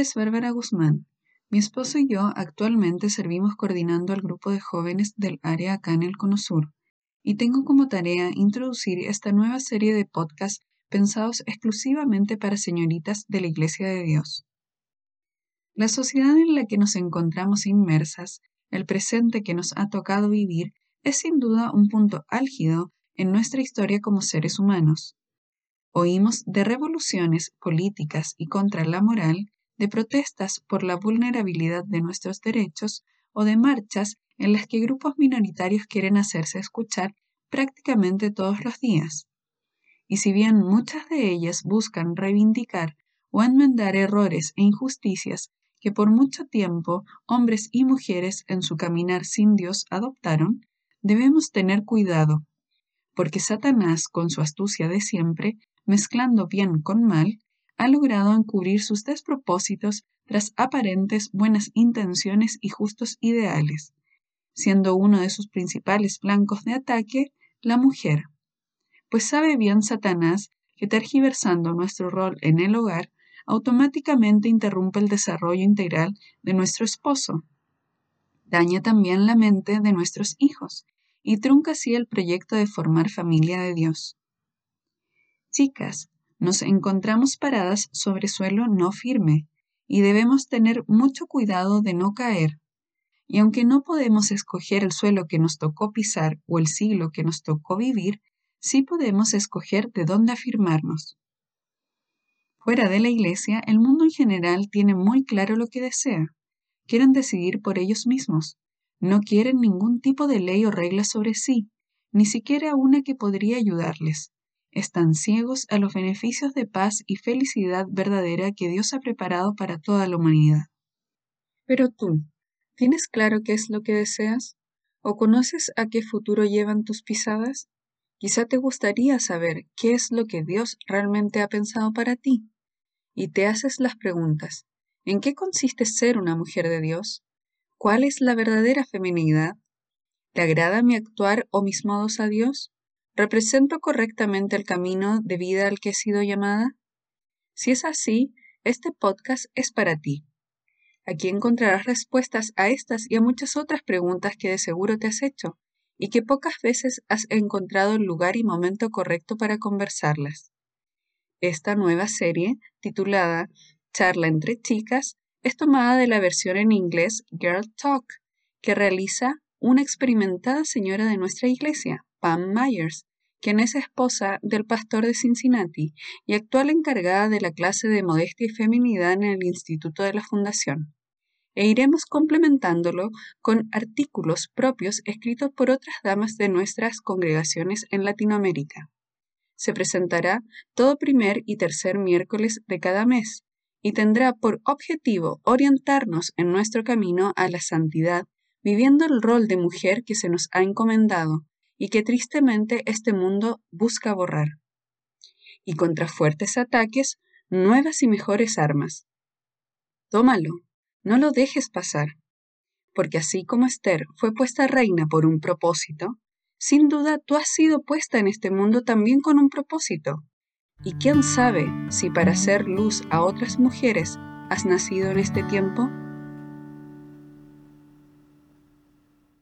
nombre es Bárbara Guzmán. Mi esposo y yo actualmente servimos coordinando al grupo de jóvenes del área acá en el Cono Sur, y tengo como tarea introducir esta nueva serie de podcasts pensados exclusivamente para señoritas de la Iglesia de Dios. La sociedad en la que nos encontramos inmersas, el presente que nos ha tocado vivir, es sin duda un punto álgido en nuestra historia como seres humanos. Oímos de revoluciones políticas y contra la moral, de protestas por la vulnerabilidad de nuestros derechos o de marchas en las que grupos minoritarios quieren hacerse escuchar prácticamente todos los días. Y si bien muchas de ellas buscan reivindicar o enmendar errores e injusticias que por mucho tiempo hombres y mujeres en su caminar sin Dios adoptaron, debemos tener cuidado, porque Satanás, con su astucia de siempre, mezclando bien con mal, ha logrado encubrir sus despropósitos tras aparentes buenas intenciones y justos ideales, siendo uno de sus principales blancos de ataque la mujer. Pues sabe bien Satanás que tergiversando nuestro rol en el hogar, automáticamente interrumpe el desarrollo integral de nuestro esposo. Daña también la mente de nuestros hijos y trunca así el proyecto de formar familia de Dios. Chicas, nos encontramos paradas sobre suelo no firme y debemos tener mucho cuidado de no caer. Y aunque no podemos escoger el suelo que nos tocó pisar o el siglo que nos tocó vivir, sí podemos escoger de dónde afirmarnos. Fuera de la iglesia, el mundo en general tiene muy claro lo que desea. Quieren decidir por ellos mismos. No quieren ningún tipo de ley o regla sobre sí, ni siquiera una que podría ayudarles. Están ciegos a los beneficios de paz y felicidad verdadera que Dios ha preparado para toda la humanidad. Pero tú, ¿tienes claro qué es lo que deseas? ¿O conoces a qué futuro llevan tus pisadas? Quizá te gustaría saber qué es lo que Dios realmente ha pensado para ti. Y te haces las preguntas: ¿en qué consiste ser una mujer de Dios? ¿Cuál es la verdadera feminidad? ¿Le agrada mi actuar o mis modos a Dios? ¿Represento correctamente el camino de vida al que he sido llamada? Si es así, este podcast es para ti. Aquí encontrarás respuestas a estas y a muchas otras preguntas que de seguro te has hecho y que pocas veces has encontrado el lugar y momento correcto para conversarlas. Esta nueva serie, titulada Charla entre Chicas, es tomada de la versión en inglés Girl Talk, que realiza una experimentada señora de nuestra iglesia, Pam Myers, quien es esposa del pastor de Cincinnati y actual encargada de la clase de modestia y feminidad en el Instituto de la Fundación. E iremos complementándolo con artículos propios escritos por otras damas de nuestras congregaciones en Latinoamérica. Se presentará todo primer y tercer miércoles de cada mes y tendrá por objetivo orientarnos en nuestro camino a la santidad, viviendo el rol de mujer que se nos ha encomendado y que tristemente este mundo busca borrar. Y contra fuertes ataques, nuevas y mejores armas. Tómalo, no lo dejes pasar, porque así como Esther fue puesta reina por un propósito, sin duda tú has sido puesta en este mundo también con un propósito. Y quién sabe si para hacer luz a otras mujeres has nacido en este tiempo.